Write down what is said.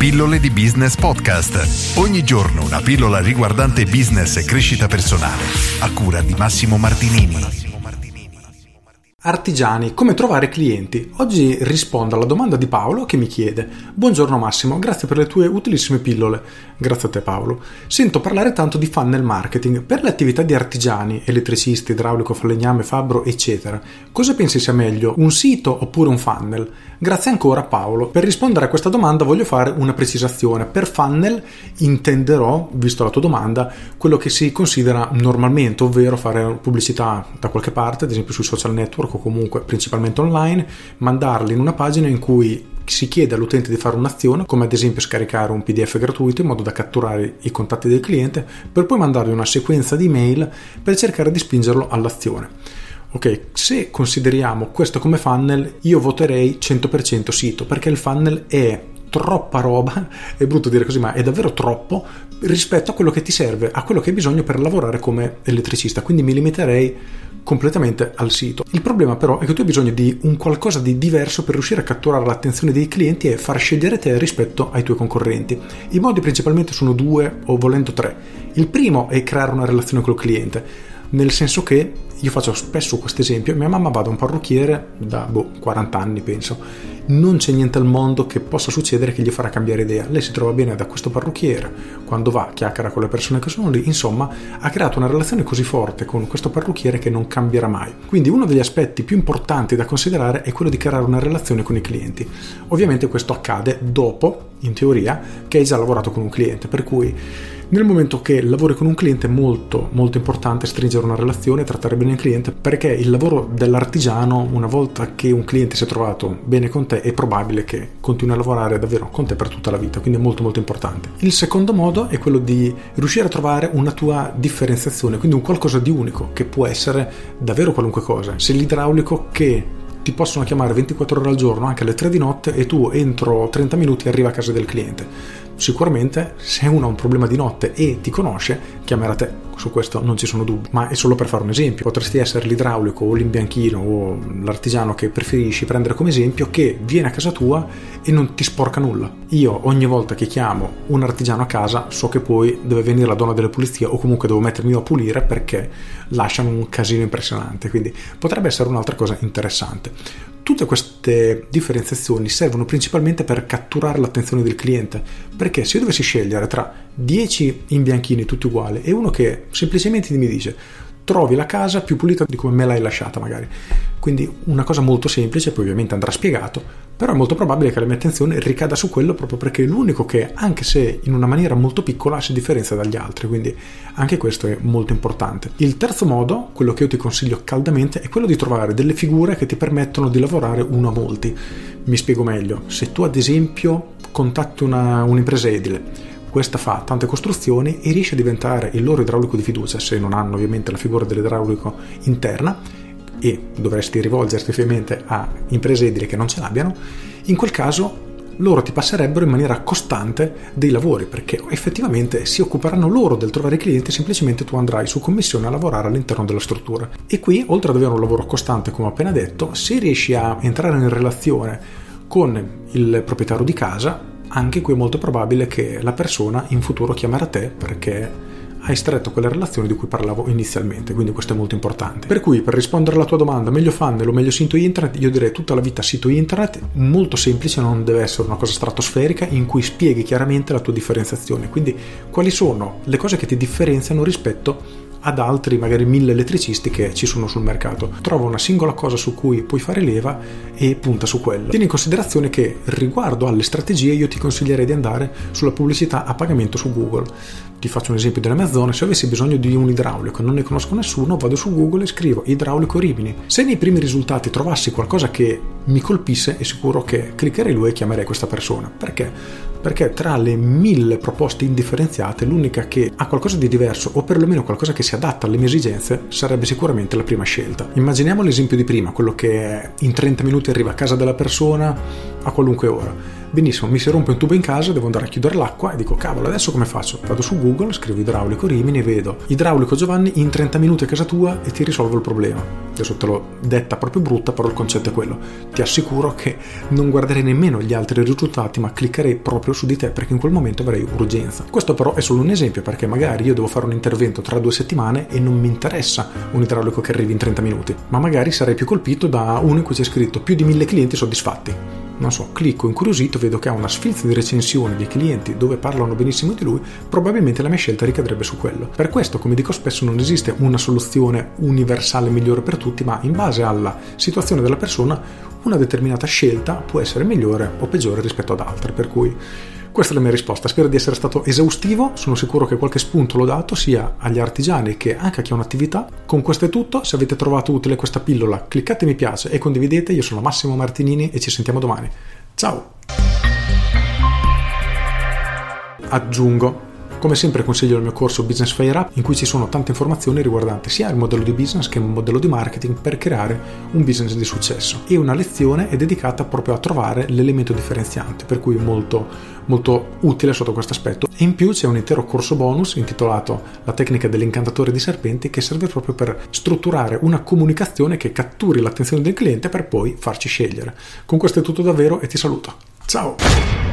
Pillole di Business Podcast. Ogni giorno una pillola riguardante business e crescita personale. A cura di Massimo Martinini. Artigiani, come trovare clienti? Oggi rispondo alla domanda di Paolo che mi chiede: buongiorno Massimo, grazie per le tue utilissime pillole. Grazie a te Paolo. Sento parlare tanto di funnel marketing per le attività di artigiani, elettricisti, idraulico, falegname, fabbro, eccetera. Cosa pensi sia meglio, un sito oppure un funnel? Grazie ancora Paolo. Per rispondere a questa domanda voglio fare una precisazione. Per funnel intenderò, visto la tua domanda, quello che si considera normalmente, ovvero fare pubblicità da qualche parte, ad esempio sui social network o comunque principalmente online, mandarli in una pagina in cui si chiede all'utente di fare un'azione, come ad esempio scaricare un PDF gratuito in modo da catturare i contatti del cliente, per poi mandargli una sequenza di email per cercare di spingerlo all'azione. Ok, se consideriamo questo come funnel, io voterei 100% sito, perché il funnel è troppa roba, è brutto dire così, ma è davvero troppo rispetto a quello che ti serve, a quello che hai bisogno per lavorare come elettricista, quindi mi limiterei completamente al sito. Il problema però è che tu hai bisogno di un qualcosa di diverso per riuscire a catturare l'attenzione dei clienti e far scegliere te rispetto ai tuoi concorrenti. I modi principalmente sono due o volendo tre. Il primo è creare una relazione col cliente, nel senso che io faccio spesso questo esempio: mia mamma va da un parrucchiere da 40 anni penso, non c'è niente al mondo che possa succedere che gli farà cambiare idea. Lei si trova bene da questo parrucchiere, quando va chiacchiera con le persone che sono lì, insomma ha creato una relazione così forte con questo parrucchiere che non cambierà mai. Quindi uno degli aspetti più importanti da considerare è quello di creare una relazione con i clienti. Ovviamente questo accade dopo, in teoria, che hai già lavorato con un cliente, per cui nel momento che lavori con un cliente è molto molto importante stringere una relazione e trattare bene il cliente, perché il lavoro dell'artigiano, una volta che un cliente si è trovato bene con te, è probabile che continui a lavorare davvero con te per tutta la vita, quindi è molto molto importante. Il secondo modo è quello di riuscire a trovare una tua differenziazione, quindi un qualcosa di unico, che può essere davvero qualunque cosa. Se l'idraulico che ti possono chiamare 24 ore al giorno, anche alle 3 di notte, e tu entro 30 minuti arriva a casa del cliente, sicuramente se uno ha un problema di notte e ti conosce chiamerà te, su questo non ci sono dubbi. Ma è solo per fare un esempio, potresti essere l'idraulico o l'imbianchino o l'artigiano che preferisci prendere come esempio, che viene a casa tua e non ti sporca nulla. Io ogni volta che chiamo un artigiano a casa so che poi deve venire la donna delle pulizie o comunque devo mettermi io a pulire perché lasciano un casino impressionante, quindi potrebbe essere un'altra cosa interessante. Tutte queste differenziazioni servono principalmente per catturare l'attenzione del cliente, perché se io dovessi scegliere tra 10 imbianchini tutti uguali e uno che semplicemente mi dice trovi la casa più pulita di come me l'hai lasciata magari, quindi una cosa molto semplice, poi ovviamente andrà spiegato, però è molto probabile che la mia attenzione ricada su quello proprio perché è l'unico che, anche se in una maniera molto piccola, si differenzia dagli altri, quindi anche questo è molto importante. Il terzo modo, quello che io ti consiglio caldamente, è quello di trovare delle figure che ti permettono di lavorare uno a molti. Mi spiego meglio: se tu ad esempio contatti un'impresa edile, questa fa tante costruzioni e riesce a diventare il loro idraulico di fiducia, se non hanno ovviamente la figura dell'idraulico interna, e dovresti rivolgerti ovviamente a imprese edili che non ce l'abbiano, in quel caso loro ti passerebbero in maniera costante dei lavori, perché effettivamente si occuperanno loro del trovare i clienti, semplicemente tu andrai su commissione a lavorare all'interno della struttura. E qui, oltre ad avere un lavoro costante come ho appena detto, se riesci a entrare in relazione con il proprietario di casa, anche qui è molto probabile che la persona in futuro chiamerà te perché hai stretto quelle relazioni di cui parlavo inizialmente, quindi questo è molto importante. Per cui, per rispondere alla tua domanda, meglio funnel o meglio sito internet, io direi tutta la vita sito internet, molto semplice, non deve essere una cosa stratosferica, in cui spieghi chiaramente la tua differenziazione, quindi quali sono le cose che ti differenziano rispetto ad altri magari 1000 elettricisti che ci sono sul mercato. Trova una singola cosa su cui puoi fare leva e punta su quello. Tieni in considerazione che riguardo alle strategie io ti consiglierei di andare sulla pubblicità a pagamento su Google. Ti faccio un esempio della mia zona: se avessi bisogno di un idraulico e non ne conosco nessuno, vado su Google e scrivo idraulico Rimini. Se nei primi risultati trovassi qualcosa che mi colpisse, è sicuro che cliccherei lui e chiamerei questa persona. Perché? Perché tra le 1000 proposte indifferenziate, l'unica che ha qualcosa di diverso o perlomeno qualcosa che si adatta alle mie esigenze sarebbe sicuramente la prima scelta. Immaginiamo l'esempio di prima, quello che in 30 minuti arriva a casa della persona a qualunque ora. Benissimo, mi si rompe un tubo in casa, devo andare a chiudere l'acqua e dico cavolo, adesso come faccio? Vado su Google, scrivo idraulico Rimini e vedo idraulico Giovanni in 30 minuti a casa tua e ti risolvo il problema. Adesso te l'ho detta proprio brutta, però il concetto è quello. Ti assicuro che non guarderei nemmeno gli altri risultati, ma cliccherei proprio su di te perché in quel momento avrei urgenza. Questo però è solo un esempio, perché magari io devo fare un intervento tra 2 settimane e non mi interessa un idraulico che arrivi in 30 minuti, ma magari sarei più colpito da uno in cui c'è scritto più di 1000 clienti soddisfatti. Non so, clicco incuriosito, vedo che ha una sfilza di recensioni di clienti dove parlano benissimo di lui, probabilmente la mia scelta ricadrebbe su quello. Per questo, come dico spesso, non esiste una soluzione universale migliore per tutti, ma in base alla situazione della persona una determinata scelta può essere migliore o peggiore rispetto ad altre, per cui questa è la mia risposta. Spero di essere stato esaustivo, sono sicuro che qualche spunto l'ho dato sia agli artigiani che anche a chi ha un'attività. Con questo è tutto, se avete trovato utile questa pillola cliccate mi piace e condividete. Io sono Massimo Martinini e ci sentiamo domani. Ciao! Aggiungo, come sempre consiglio il mio corso Business Fire Up, in cui ci sono tante informazioni riguardanti sia il modello di business che il modello di marketing per creare un business di successo, e una lezione è dedicata proprio a trovare l'elemento differenziante, per cui molto utile sotto questo aspetto. E in più c'è un intero corso bonus intitolato La tecnica dell'incantatore di serpenti, che serve proprio per strutturare una comunicazione che catturi l'attenzione del cliente per poi farci scegliere. Con questo è tutto davvero e ti saluto. Ciao!